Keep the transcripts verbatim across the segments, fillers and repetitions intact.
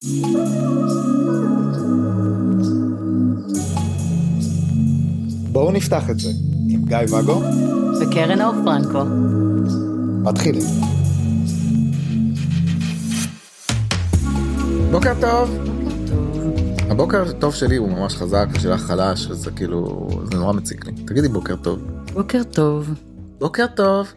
בואו נפתח את זה עם גיא וגו וקרן אור פרנקו. מתחילים. בוקר טוב. הבוקר טוב שלי הוא ממש חזק, ושלך חלש, וזה כאילו, זה נורא מציק לי. תגידי בוקר טוב. בוקר טוב. בוקר טוב.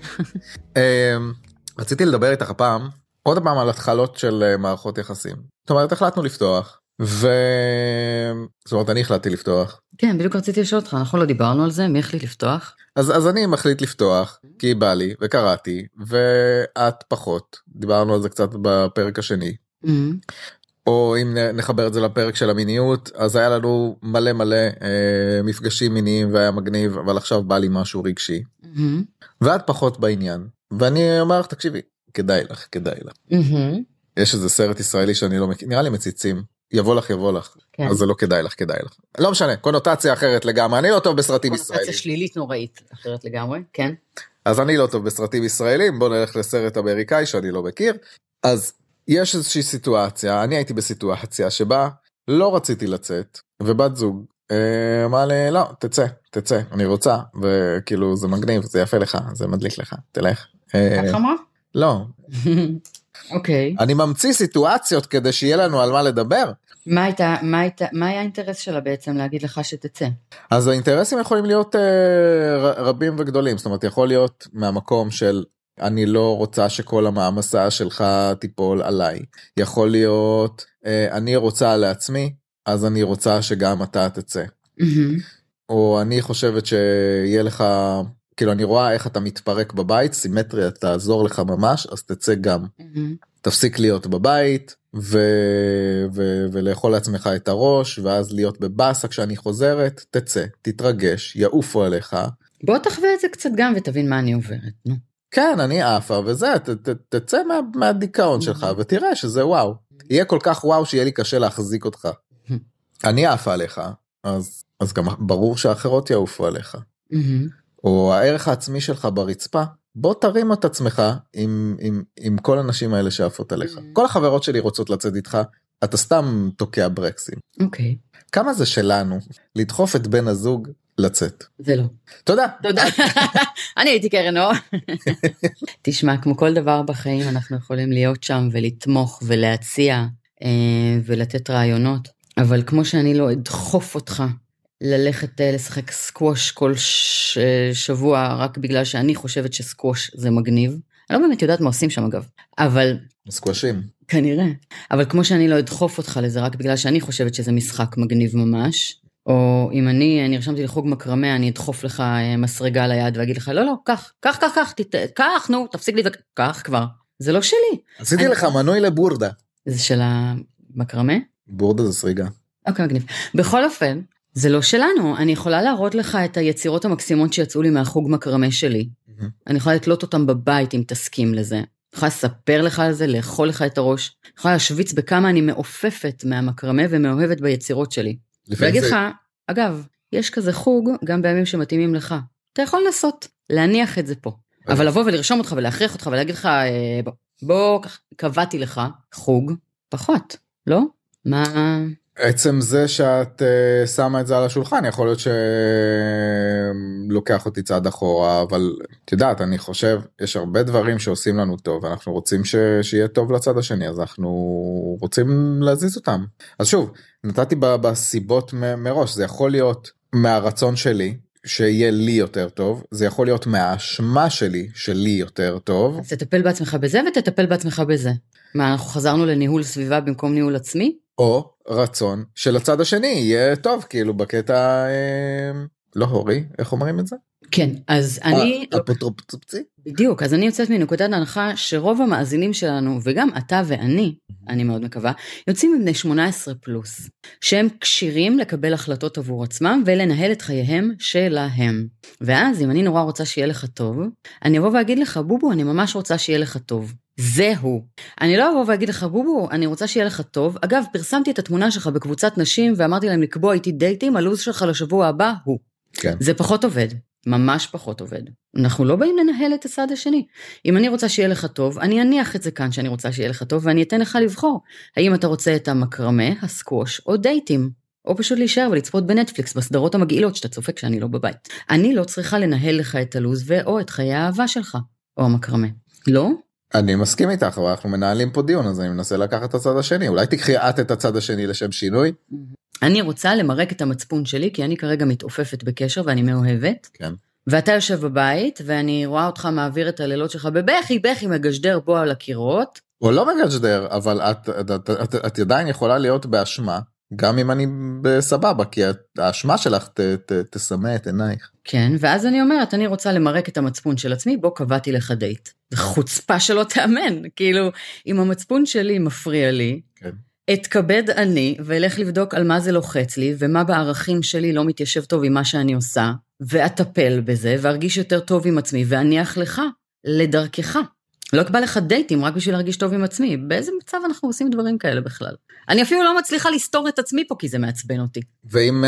רציתי לדבר איתך הפעם, עוד פעם על התחלות של מערכות יחסים. זאת אומרת, החלטנו לפתוח, ו... זאת אומרת, אני החלטתי לפתוח. כן, בדיוק רציתי לשאול אותך, אנחנו לא דיברנו על זה, מי החליט לפתוח? אז, אז אני מחליט לפתוח, כי בא לי, וקראתי, ואת פחות. דיברנו על זה קצת בפרק השני. Mm-hmm. או אם נחבר את זה לפרק של המיניות, אז היה לנו מלא מלא אה, מפגשים מיניים והיה מגניב, אבל עכשיו בא לי משהו רגשי. Mm-hmm. ואת פחות בעניין. ואני אומר לך, תקשיבי, כדאי לך, כדאי לך. Mm-hmm. יש איזה סרט ישראלי שאני לא מכיר, נראה לי מציצים, יבוא לך, יבוא לך. כן. אז זה לא כדאי לך, כדאי לך. לא משנה, קונוטציה אחרת לגמרי, אני לא טוב בסרטים ישראלים. קונוטציה שלילית נוראית, אחרת לגמרי, כן. אז אני לא טוב בסרטים ישראלים, בוא נלך לסרט אמריקאי שאני לא מכיר. אז יש איזושהי סיטואציה, אני הייתי בסיטואציה שבה לא רציתי לצאת, ובת זוג אמרה לי, לא, תצא, תצא, אני רוצה, וכאילו זה מגניב, זה יפה לך, זה מדליק לך, תלך. כך אמרה? לא. אוקיי. אני ממציא סיטואציות כדי שיהיה לנו על מה לדבר. מה הייתה, מה הייתה, מה היה האינטרס שלה בעצם להגיד לך שתצא? אז האינטרסים יכולים להיות רבים וגדולים, זאת אומרת, יכול להיות מהמקום של אני לא רוצה שכל המעמסה שלך תיפול עליי. יכול להיות, אני רוצה לעצמי, אז אני רוצה שגם אתה תצא. Mm-hmm. או אני חושבת שיהיה לך, כאילו אני רואה איך אתה מתפרק בבית, סימטריה תעזור לך ממש, אז תצא גם. Mm-hmm. תפסיק להיות בבית, ו... ו... ולאכול לעצמך את הראש, ואז להיות בבאסה כשאני חוזרת, תצא, תתרגש, יעופו עליך. בוא תחווה את זה קצת גם ותבין מה אני עוברת, נו. כן, אני עפה, וזה, ת, ת, תצא מה, מהדיכאון שלך, ותראה שזה וואו. יהיה כל כך וואו שיהיה לי קשה להחזיק אותך. אני עפה עליך, אז, אז גם ברור שהאחרות יעופו עליך. או הערך העצמי שלך ברצפה, בוא תרים את עצמך עם, עם, עם כל הנשים האלה שעפות עליך. כל החברות שלי רוצות לצאת איתך, אתה סתם תוקע ברקסים. אוקיי. כמה זה שלנו לדחוף את בן הזוג לצאת? זה לא. תודה. תודה. אני הייתי קרן אור. תשמע, כמו כל דבר בחיים, אנחנו יכולים להיות שם ולתמוך ולהציע ולתת רעיונות, אבל כמו שאני לא אדחוף אותך ללכת לשחק סקווש כל שבוע, רק בגלל שאני חושבת שסקווש זה מגניב. אני לא באמת יודעת מה עושים שם אגב, אבל... סקוושים. כנראה. אבל כמו שאני לא אדחוף אותך לזה, רק בגלל שאני חושבת שזה משחק מגניב ממש, או אם אני נרשמתי לחוג מקרמה, אני אדחוף לך מסרגה ליד ואגיד לך, לא, לא, קח, קח, קח, קח, קח, נו, תפסיק לי, קח כבר. זה לא שלי. עשיתי לך מנוי לבורדה. זה של המקרמה? בורדה זה סריגה. אוקיי, מגניב. בכל אופן, זה לא שלנו. אני יכולה להראות לך את היצירות המקסימות שיצאו לי מהחוג מקרמה שלי. אני יכולה לתלות אותם בבית אם תסכים לזה. אני יכולה לספר לך על זה, לאכול לך את הראש. אני יכולה להשוויץ בכמה אני מעופפת מהמקרמה ומאוהבת ביצירות שלי. ולהגיד לך, אגב, יש כזה חוג גם בימים שמתאימים לך. אתה יכול לנסות, להניח את זה פה. אבל לבוא ולרשום אותך ולהכריח אותך ולהגיד לך, בוא, קבעתי לך חוג, פחות, לא? מה... עצם זה שאת uh, שמה את זה על השולחן, יכול להיות שלוקח אותי צעד אחורה, אבל את יודעת, אני חושב, יש הרבה דברים שעושים לנו טוב, ואנחנו רוצים ש... שיהיה טוב לצד השני, אז אנחנו רוצים להזיז אותם. אז שוב, נתתי בסיבות מ- מראש, זה יכול להיות מהרצון שלי, שיהיה לי יותר טוב, זה יכול להיות מהאשמה שלי, שלי יותר טוב. אז תטפל בעצמך בזה ותטפל בעצמך בזה. מה, אנחנו חזרנו לניהול סביבה במקום ניהול עצמי? או רצון של הצד השני יהיה טוב, כאילו בקטע, אה, לא הורי, איך אומרים את זה? כן, אז אני... אפוטרופסי? בדיוק, אז אני יוצאת מנקודת ההנחה שרוב המאזינים שלנו, וגם אתה ואני, אני מאוד מקווה, יוצאים מבני שמונה עשרה פלוס, שהם קשירים לקבל החלטות עבור עצמם, ולנהל את חייהם שלהם. ואז אם אני נורא רוצה שיהיה לך טוב, אני אבוא ואגיד לך, בובו, אני ממש רוצה שיהיה לך טוב. זהו. אני לא אבוא ואגיד לך, בובו, אני רוצה שיהיה לך טוב. אגב, פרסמתי את התמונה שלך בקבוצת נשים, ואמרתי להם לקבוע איתי דייטים, הלו"ז שלך לשבוע הבא הוא. כן. זה פחות עובד. ממש פחות עובד. אנחנו לא באים לנהל את הצד השני. אם אני רוצה שיהיה לך טוב, אני אניח את זה כאן שאני רוצה שיהיה לך טוב, ואני אתן לך לבחור. האם אתה רוצה את המקרמה, הסקווש, או דייטים, או פשוט להישאר ולצפות בנטפליקס, בסדרות המגעילות שאתה צופה כשאני לא בבית. אני לא צריכה לנהל לך את הלוז, או את חיי האהבה שלך, או המקרמה. לא? אני מסכים איתך, אבל אנחנו מנהלים פה דיון, אז אני מנסה לקחת את הצד השני. אולי תקחי את את הצד השני לשם שינוי? אני רוצה למרק את המצפון שלי, כי אני כרגע מתעופפת בקשר ואני מאוהבת. כן. ואתה יושב בבית, ואני רואה אותך מעביר את הלילות שלך בבכי, בכי מגשדר בו על הקירות. או לא מגשדר, אבל את, את, את, את, את עדיין יכולה להיות באשמה, גם אם אני בסבבה, כי האשמה שלך ת, ת, תסמא את עינייך. כן, ואז אני אומרת, אני רוצה למרק את המצפון של עצמי, בוא קבעתי לך דייט. זה חוצפה שלא תאמן, כאילו, אם המצפון שלי מפריע לי, כן. אתכבד אני, ואלך לבדוק על מה זה לוחץ לי, ומה בערכים שלי לא מתיישב טוב עם מה שאני עושה, ואטפל בזה, וארגיש יותר טוב עם עצמי, ואניח לך לדרכך. לא אקבע לך דייטים, רק בשביל להרגיש טוב עם עצמי. באיזה מצב אנחנו עושים דברים כאלה בכלל? אני אפילו לא מצליחה לסתור את עצמי פה, כי זה מעצבן אותי. ואם,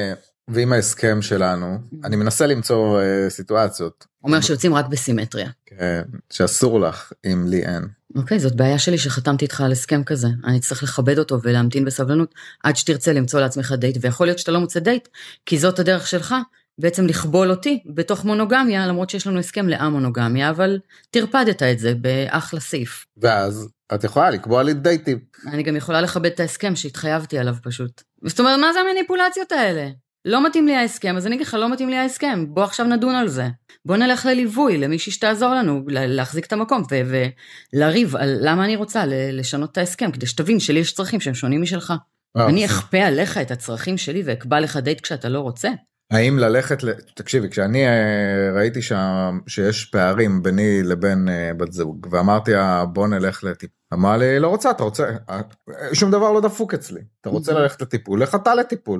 ואם ההסכם שלנו, אני מנסה למצוא סיטואציות. אומר שיוצאים רק בסימטריה. כן, שאסור לך, אם לי אין. אוקיי, זאת בעיה שלי שחתמתי איתך על הסכם כזה. אני צריך לכבד אותו ולהמתין בסבלנות, עד שתרצה למצוא לעצמך דייט, ויכול להיות שאתה לא מוצא דייט, כי זאת הדרך שלך, בעצם לכבול אותי בתוך מונוגמיה, למרות שיש לנו הסכם לאמונוגמיה, אבל תרפדת את זה באחלה סעיף. ואז את יכולה לקבוע לי דייטים. אני גם יכולה לכבד את ההסכם שהתחייבתי עליו פשוט. זאת אומרת, מה זה המניפולציות האלה? לא מתאים לי ההסכם, אז אני אגיד לך, לא מתאים לי ההסכם, בוא עכשיו נדון על זה. בוא נלך לליווי, למישהי שתעזור לנו, להחזיק את המקום, ולריב על למה אני רוצה לשנות את ההסכם, כדי שתבין שלי יש צרכים שהם שונים משלך. אני אכפה עליך את הצרכים שלי, ואקבע לך דייט כשאתה לא רוצה. האם ללכת, תקשיבי, כשאני ראיתי שם שיש פערים ביני לבין בת זוג, ואמרתי, בוא נלך לטיפול, אמר לי, לא רוצה, אתה רוצה, שום דבר לא דפוק אצלי, אתה רוצה ללכת לטיפול, לך אתה לטיפול.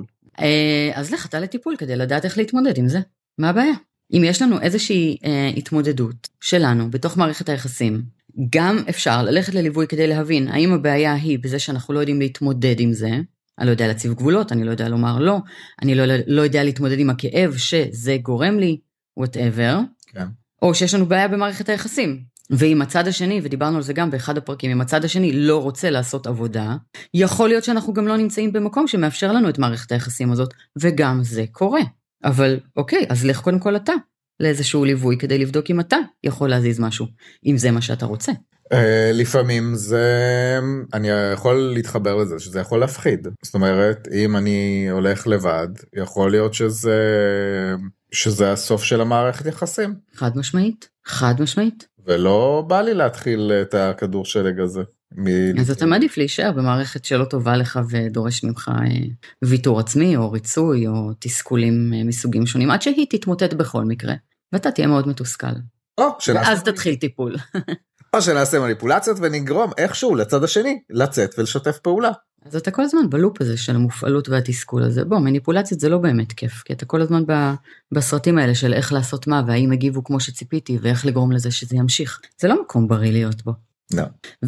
אז לך אתה לטיפול, כדי לדעת איך להתמודד עם זה, מה הבעיה? אם יש לנו איזושהי התמודדות שלנו, בתוך מערכת היחסים, גם אפשר ללכת לליווי כדי להבין, האם הבעיה היא בזה שאנחנו לא יודעים להתמודד עם זה, אני לא יודע להציב גבולות, אני לא יודע לומר לא, אני לא, לא יודע להתמודד עם הכאב שזה גורם לי, whatever, כן. או שיש לנו בעיה במערכת היחסים, ואם הצד השני, ודיברנו על זה גם באחד הפרקים, אם הצד השני לא רוצה לעשות עבודה, יכול להיות שאנחנו גם לא נמצאים במקום שמאפשר לנו את מערכת היחסים הזאת, וגם זה קורה. אבל אוקיי, אז לך קודם כל אתה, לאיזשהו ליווי, כדי לבדוק אם אתה יכול להזיז משהו, אם זה מה שאתה רוצה. לפעמים זה, אני יכול להתחבר לזה, שזה יכול להפחיד. זאת אומרת, אם אני הולך לבד, יכול להיות שזה, שזה הסוף של המערכת יחסים. חד משמעית, חד משמעית. ולא בא לי להתחיל את הכדור שלג הזה. אז אתה מעדיף להישאר במערכת שלא טובה לך ודורש ממך ויתור עצמי או ריצוי או תסכולים מסוגים שונים, עד שהיא תתמוטט בכל מקרה, ואתה תהיה מאוד מתוסכל. ואז תתחיל טיפול. או שנעשה מניפולציות ונגרום איכשהו לצד השני לצאת ולשתף פעולה. אז אתה כל הזמן בלופ הזה של המופעלות והתסכול הזה. בוא, מניפולציות זה לא באמת כיף, כי אתה כל הזמן בסרטים האלה של איך לעשות מה, והאם הגיבו כמו שציפיתי, ואיך לגרום לזה שזה ימשיך. זה לא מקום בריא להיות בו. לא.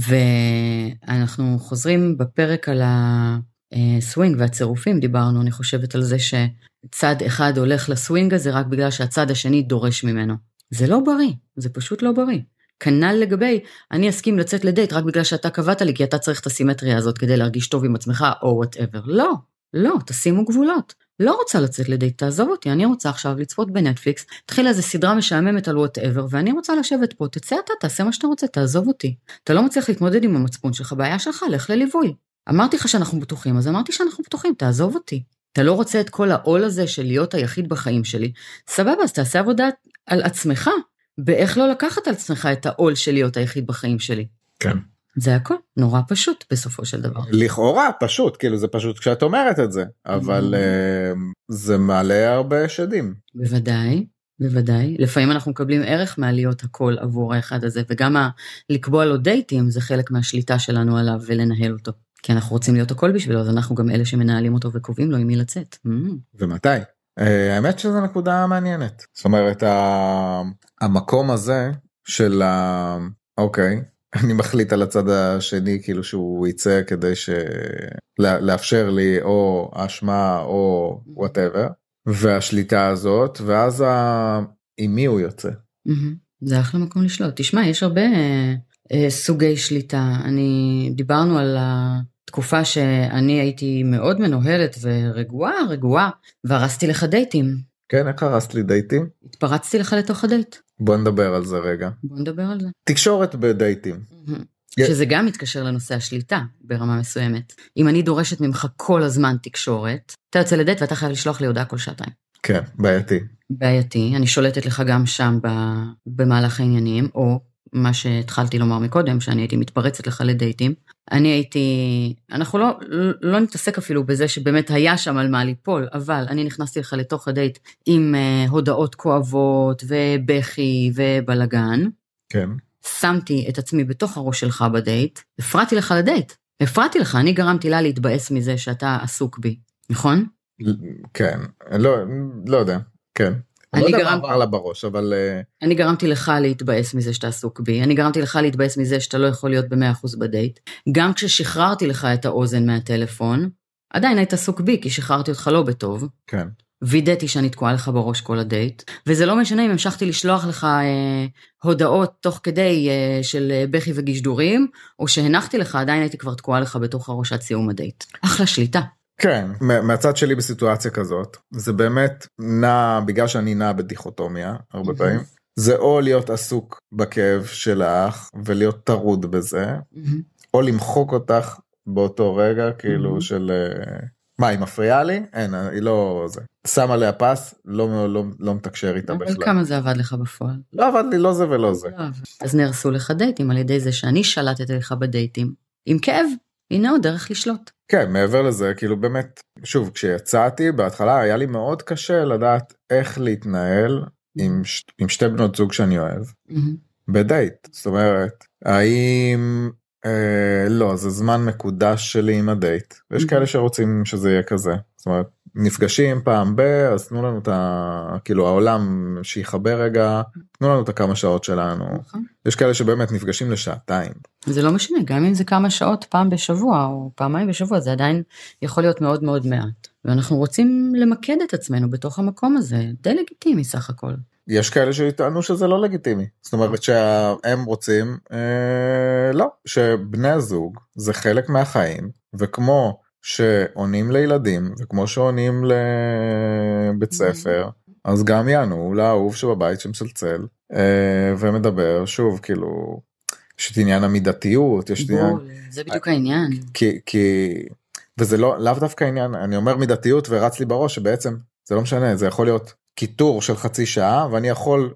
ואנחנו חוזרים בפרק על הסווינג והצירופים, דיברנו, אני חושבת על זה שצד אחד הולך לסווינג הזה, רק בגלל שהצד השני דורש ממנו. זה לא בריא, זה פשוט לא בריא. כנ"ל לגבי, אני אסכים לצאת לדייט רק בגלל שאתה קבעת לי, כי אתה צריך את הסימטריה הזאת כדי להרגיש טוב עם עצמך, או whatever. לא, לא, תשימו גבולות. לא רוצה לצאת לדייט, תעזוב אותי, אני רוצה עכשיו לצפות בנטפליקס, תחיל איזו סדרה משעממת על whatever, ואני רוצה לשבת פה, תצא אתה, תעשה מה שאתה רוצה, תעזוב אותי. אתה לא מצליח להתמודד עם המצפון שלך, בעיה שלך, לך לליווי. אמרתי לך שאנחנו בטוחים, אז אמרתי שאנחנו בטוחים, תעזוב אותי. אתה לא רוצה את כל העול הזה של להיות היחיד בחיים שלי. סבבה, אז תעשה עבודה על עצמך, באיך לא לקחת על עצמך את העול של להיות היחיד בחיים שלי. כן. זה הכל, נורא פשוט בסופו של דבר. לכאורה פשוט, כאילו זה פשוט כשאת אומרת את זה, אבל זה מעלה הרבה שדים. בוודאי, בוודאי. לפעמים אנחנו מקבלים ערך מעליות הכל עבור האחד הזה, וגם לקבוע לו דייטים זה חלק מהשליטה שלנו עליו ולנהל אותו. כי אנחנו רוצים להיות הכל בשבילו, אז אנחנו גם אלה שמנהלים אותו וקובעים לו עם מי לצאת. ומתי? האמת שזו נקודה מעניינת. זאת אומרת, המקום הזה של, אוקיי, אני מחליט על הצד השני, כאילו שהוא יצא כדי לאפשר לי או אשמה או whatever, והשליטה הזאת, ואז ה... עם מי הוא יוצא. זה אחלה מקום לשלוט. תשמע, יש הרבה אה, סוגי שליטה. אני, דיברנו על התקופה שאני הייתי מאוד מנוהלת ורגועה, רגועה, והרסתי לך דייטים. כן, איך הרסת לי דייטים? התפרצתי לך לתוך הדייט. בוא נדבר על זה רגע. בוא נדבר על זה. תקשורת בדייטים. שזה גם מתקשר לנושא השליטה ברמה מסוימת. אם אני דורשת ממך כל הזמן תקשורת, אתה יוצא לדייט ואתה חייב לשלוח לי הודעה כל שעתיים. כן, בעייתי. בעייתי, אני שולטת לך גם שם במהלך העניינים, או מה שהתחלתי לומר מקודם, שאני הייתי מתפרצת לך לדייטים. אני הייתי, אנחנו לא, לא נתעסק אפילו בזה שבאמת היה שם על מה ליפול, אבל אני נכנסתי לך לתוך הדייט עם uh, הודעות כואבות ובכי ובלגן. כן. שמתי את עצמי בתוך הראש שלך בדייט, הפרעתי לך לדייט. הפרעתי לך, אני גרמתי לה להתבאס מזה שאתה עסוק בי, נכון? כן, לא, לא יודע, כן. אני לא יודע גרם... מה עבר לה בראש, אבל... אני גרמתי לך להתבאס מזה שאתה עסוק בי, אני גרמתי לך להתבאס מזה שאתה לא יכול להיות ב-מאה אחוז בדייט, גם כששחררתי לך את האוזן מהטלפון, עדיין היית עסוק בי, כי שחררתי אותך לא בטוב. כן. וידאתי שאני תקועה לך בראש כל הדייט, וזה לא משנה אם המשכתי לשלוח לך אה, הודעות תוך כדי אה, של אה, בכי וגישדורים, או שהנחתי לך, עדיין הייתי כבר תקועה לך בתוך הראש עד סיום הדייט. אחלה שליטה. כן, מהצד שלי בסיטואציה כזאת, זה באמת נע, בגלל שאני נע בדיכוטומיה, הרבה פעמים, זה או להיות עסוק בכאב שלך, ולהיות טרוד בזה, או למחוק אותך באותו רגע, כאילו של... מה, היא מפריעה לי? אין, היא לא... זה. שמה עליה פס, לא, לא, לא מתקשר איתה בכלל. אבל כמה זה עבד לך בפועל? לא עבד לי, לא זה ולא זה. אז נהרסו לך דייטים על ידי זה שאני שלטת לך בדייטים. עם כאב, הנה עוד דרך לשלוט. כן, מעבר לזה, כאילו באמת, שוב, כשיצאתי, בהתחלה היה לי מאוד קשה לדעת איך להתנהל עם, ש... עם שתי בנות זוג שאני אוהב, בדייט. זאת אומרת, האם... אה, לא, זה זמן מקודש שלי עם הדייט, ויש כאלה שרוצים שזה יהיה כזה, זאת אומרת, נפגשים פעם ב, אז תנו לנו את ה... כאילו העולם שיחבר רגע, תנו לנו את הכמה שעות שלנו, יש כאלה שבאמת נפגשים לשעתיים. זה לא משנה, גם אם זה כמה שעות פעם בשבוע, או פעמיים בשבוע, זה עדיין יכול להיות מאוד מאוד מעט, ואנחנו רוצים למקד את עצמנו בתוך המקום הזה, די לגיטימי סך הכל. יש כאלה שיטענו שזה לא לגיטימי, זאת אומרת שהם רוצים, אה, לא, שבני הזוג זה חלק מהחיים, וכמו שעונים לילדים, וכמו שעונים לבית ספר, אז גם יענו לאהוב שבבית שמצלצל, אה, ומדבר, שוב, כאילו, יש את עניין המידתיות, יש את עניין... זה בדיוק העניין. כי, כי, וזה לא, לאו דווקא העניין, אני אומר מידתיות ורץ לי בראש, שבעצם זה לא משנה, זה יכול להיות קיטור של חצי שעה, ואני יכול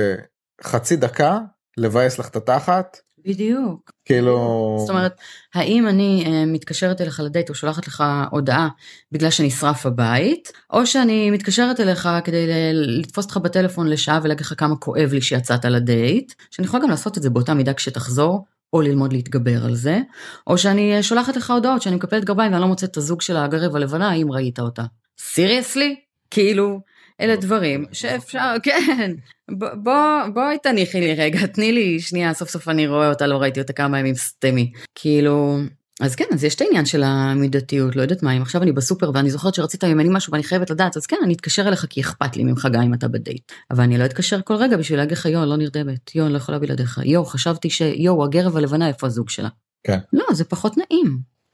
בחצי דקה לבייס לך את התחת. בדיוק. כאילו... זאת אומרת, האם אני uh, מתקשרת אליך לדייט, או שולחת לך הודעה בגלל שנשרף הבית, או שאני מתקשרת אליך כדי לתפוס אותך בטלפון לשעה, ולהגיד לך כמה כואב לי שיצאת לדייט, שאני יכולה גם לעשות את זה באותה מידה כשתחזור, או ללמוד להתגבר על זה, או שאני שולחת לך הודעות, שאני מקפלת גרביים, ואני לא מוצאת את הזוג של הגרב הלבנה, אם ראית אותה. סיריוסלי? כאילו... אלה דברים שאפשר, כן, בוא, בואי תניחי לי רגע, תני לי שנייה, סוף סוף אני רואה אותה, לא ראיתי אותה כמה ימים סתמי, כאילו, אז כן, אז יש את העניין של המידתיות, לא יודעת מה, אם עכשיו אני בסופר ואני זוכרת שרצית ממני משהו ואני חייבת לדעת, אז כן, אני אתקשר אליך כי אכפת לי ממך גם אם אתה בדייט, אבל אני לא אתקשר כל רגע בשביל להגיד לך, יו, לא נרדמת, יו, אני לא יכולה בלעדיך, יו, חשבתי שיו, הגרב הלבנה, איפה הזוג שלה? כן. לא, זה פחות נעים.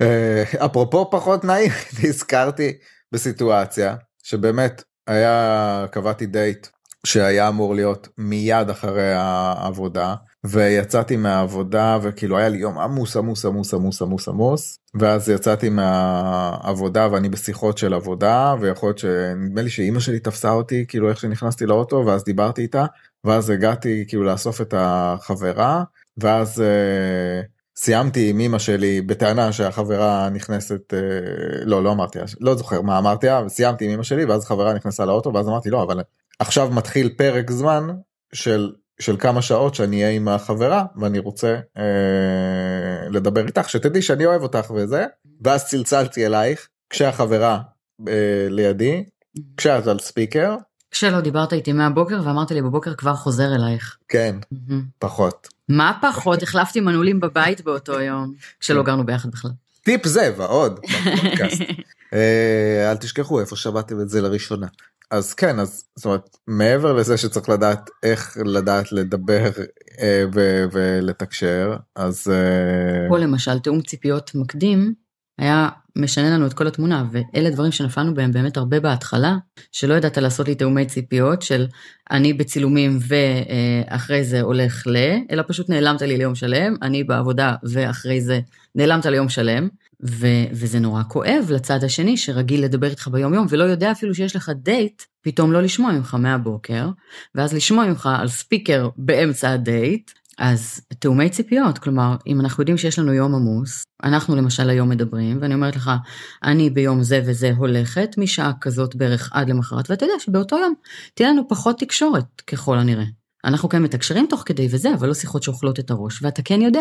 אפרופו פחות נעים, הזכרתי בסיטואציה שבאמת היה, קבעתי דייט שהיה אמור להיות מיד אחרי העבודה, ויצאתי מהעבודה, וכאילו היה לי יום עמוס, עמוס, עמוס, עמוס, עמוס, עמוס, ואז יצאתי מהעבודה, ואני בשיחות של עבודה, ויכול להיות שנדמה לי שאמא שלי תפסה אותי, כאילו איך שנכנסתי לאוטו, ואז דיברתי איתה, ואז הגעתי כאילו לאסוף את החברה, ואז... סיימתי עם אמא שלי בטענה שהחברה נכנסת, לא, לא אמרתי, לא זוכר מה אמרתי, סיימתי עם אמא שלי, ואז חברה נכנסה לאוטו, ואז אמרתי, לא, אבל עכשיו מתחיל פרק זמן של, של כמה שעות שאני אהיה עם החברה, ואני רוצה אה, לדבר איתך, שתדעי שאני אוהב אותך וזה, ואז צלצלתי אלייך, כשהחברה אה, לידי, כשאת על ספיקר, כשלא דיברת איתי מהבוקר, ואמרתי לי בבוקר כבר חוזר אלייך. כן, פחות. מה פחות? החלפתי מנעולים בבית באותו יום, כשלא גרנו ביחד בכלל. טיפ זה ועוד, בפודקאסט. אל תשכחו איפה שמעתם את זה לראשונה. אז כן, אז זאת אומרת, מעבר לזה שצריך לדעת איך לדעת לדבר ולתקשר, אז... פה למשל, תאום ציפיות מקדים, היה משנה לנו את כל התמונה, ואלה דברים שנפלנו בהם באמת הרבה בהתחלה, שלא ידעת לעשות לי תאומי ציפיות, של אני בצילומים ואחרי זה הולך ל, אלא פשוט נעלמת לי ליום שלם, אני בעבודה ואחרי זה נעלמת ליום שלם, ו- וזה נורא כואב לצד השני, שרגיל לדבר איתך ביום יום, ולא יודע אפילו שיש לך דייט, פתאום לא לשמוע ממך מהבוקר, ואז לשמוע ממך על ספיקר באמצע הדייט, אז תאומי ציפיות, כלומר, אם אנחנו יודעים שיש לנו יום עמוס, אנחנו למשל היום מדברים, ואני אומרת לך, אני ביום זה וזה הולכת, משעה כזאת בערך עד למחרת, ואתה יודע שבאותו יום תהיה לנו פחות תקשורת, ככל הנראה. אנחנו כן מתקשרים תוך כדי וזה, אבל לא שיחות שאוכלות את הראש, ואתה כן יודע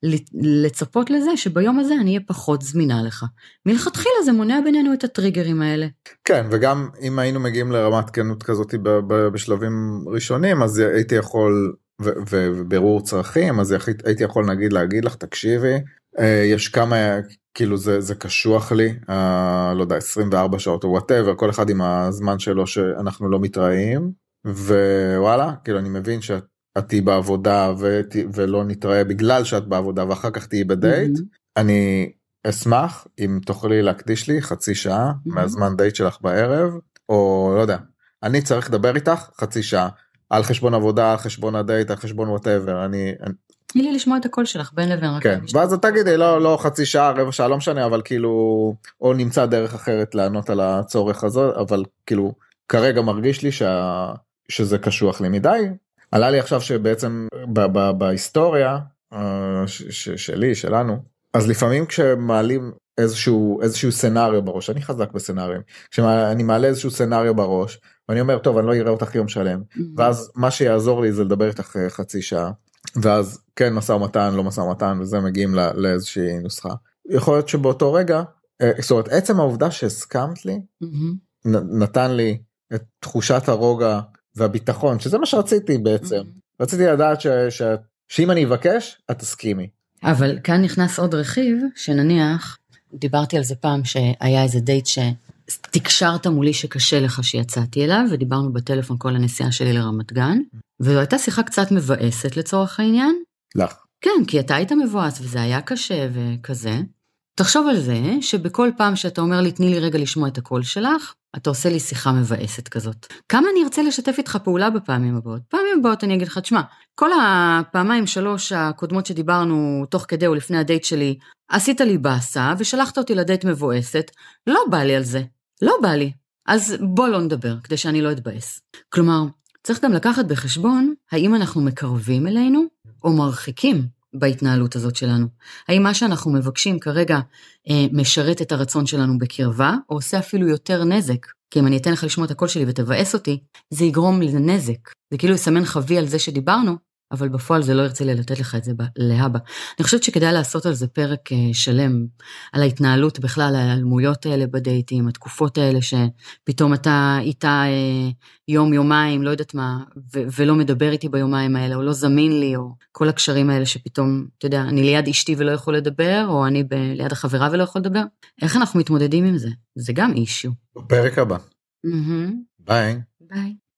לצפות לזה שביום הזה אני אהיה פחות זמינה לך. מלכתחילה זה מונע בינינו את הטריגרים האלה. כן, וגם אם היינו מגיעים לרמת כנות כזאת בשלבים ראשונים, אז הייתי יכול, וברור צרכים, אז הייתי יכול נגיד להגיד לך, תקשיבי, יש כמה, כאילו זה, זה קשוח לי, לא יודע, עשרים וארבע שעות או whatever, כל אחד עם הזמן שלו שאנחנו לא מתראים, ווואלה, כאילו אני מבין שאת תהי בעבודה ולא נתראה בגלל שאת בעבודה ואחר כך תהי בדייט, אני אשמח אם תוכלי להקדיש לי חצי שעה מהזמן דייט שלך בערב, או לא יודע, אני צריך לדבר איתך חצי שעה, על חשבון עבודה, על חשבון הדייט, על חשבון whatever, אני... תני לי לשמוע את הקול שלך בין לבין. כן, ואז אתה תגידי, לא, לא חצי שעה, רבע שעה, לא משנה, אבל כאילו, או נמצא דרך אחרת לענות על הצורך הזה, אבל כאילו, כרגע מרגיש לי שה... שזה קשוח לי מדי. עלה לי עכשיו שבעצם ב- ב- בהיסטוריה ש- ש- שלי, שלנו, אז לפעמים כשמעלים איזשהו, איזשהו סנריו בראש, אני חזק בסנריו, כשאני מעלה איזשהו סנריו בראש, ואני אומר, טוב, אני לא אראה אותך יום שלם, ואז מה שיעזור לי זה לדבר איתך חצי שעה, ואז כן, משא ומתן, לא משא ומתן, וזה מגיעים לא, לאיזושהי נוסחה. יכול להיות שבאותו רגע, זאת אומרת, עצם העובדה שהסכמת לי, נ- נתן לי את תחושת הרוגע והביטחון, שזה מה שרציתי בעצם. Mm-hmm. רציתי לדעת ש, ש, שאם אני אבקש, את תסכימי. אבל כאן נכנס עוד רכיב, שנניח, דיברתי על זה פעם, שהיה איזה דייט שתקשרת מולי שקשה לך שיצאתי אליו, ודיברנו בטלפון כל הנסיעה שלי לרמת גן, וזו הייתה שיחה קצת מבאסת לצורך העניין. לך. כן, כי אתה היית מבואס, וזה היה קשה וכזה. תחשוב על זה, שבכל פעם שאתה אומר לי, תני לי רגע לשמוע את הקול שלך, אתה עושה לי שיחה מבאסת כזאת. כמה אני ארצה לשתף איתך פעולה בפעמים הבאות? פעמים הבאות אני אגיד לך, תשמע, כל הפעמיים שלוש הקודמות שדיברנו תוך כדי או לפני הדייט שלי, עשית לי בסה ושלחת אותי לדייט מבואסת, לא בא לי על זה, לא בא לי. אז בוא לא נדבר, כדי שאני לא אתבאס. כלומר, צריך גם לקחת בחשבון, האם אנחנו מקרבים אלינו או מרחיקים בהתנהלות הזאת שלנו. האם מה שאנחנו מבקשים כרגע אה, משרת את הרצון שלנו בקרבה, או עושה אפילו יותר נזק? כי אם אני אתן לך לשמוע את הקול שלי ותבאס אותי, זה יגרום לנזק. זה כאילו יסמן חווי על זה שדיברנו, אבל בפועל זה לא ירצה לי לתת לך את זה להבא. אני חושבת שכדאי לעשות על זה פרק אה, שלם, על ההתנהלות בכלל, על ההלמויות האלה בדייטים, התקופות האלה שפתאום אתה איתה אה, יום, יומיים, לא יודעת מה, ו- ולא מדבר איתי ביומיים האלה, או לא זמין לי, או כל הקשרים האלה שפתאום, אתה יודע, אני ליד אשתי ולא יכול לדבר, או אני ב- ליד החברה ולא יכול לדבר. איך אנחנו מתמודדים עם זה? זה גם אישיו. בפרק הבא. Mm-hmm. ביי. ביי.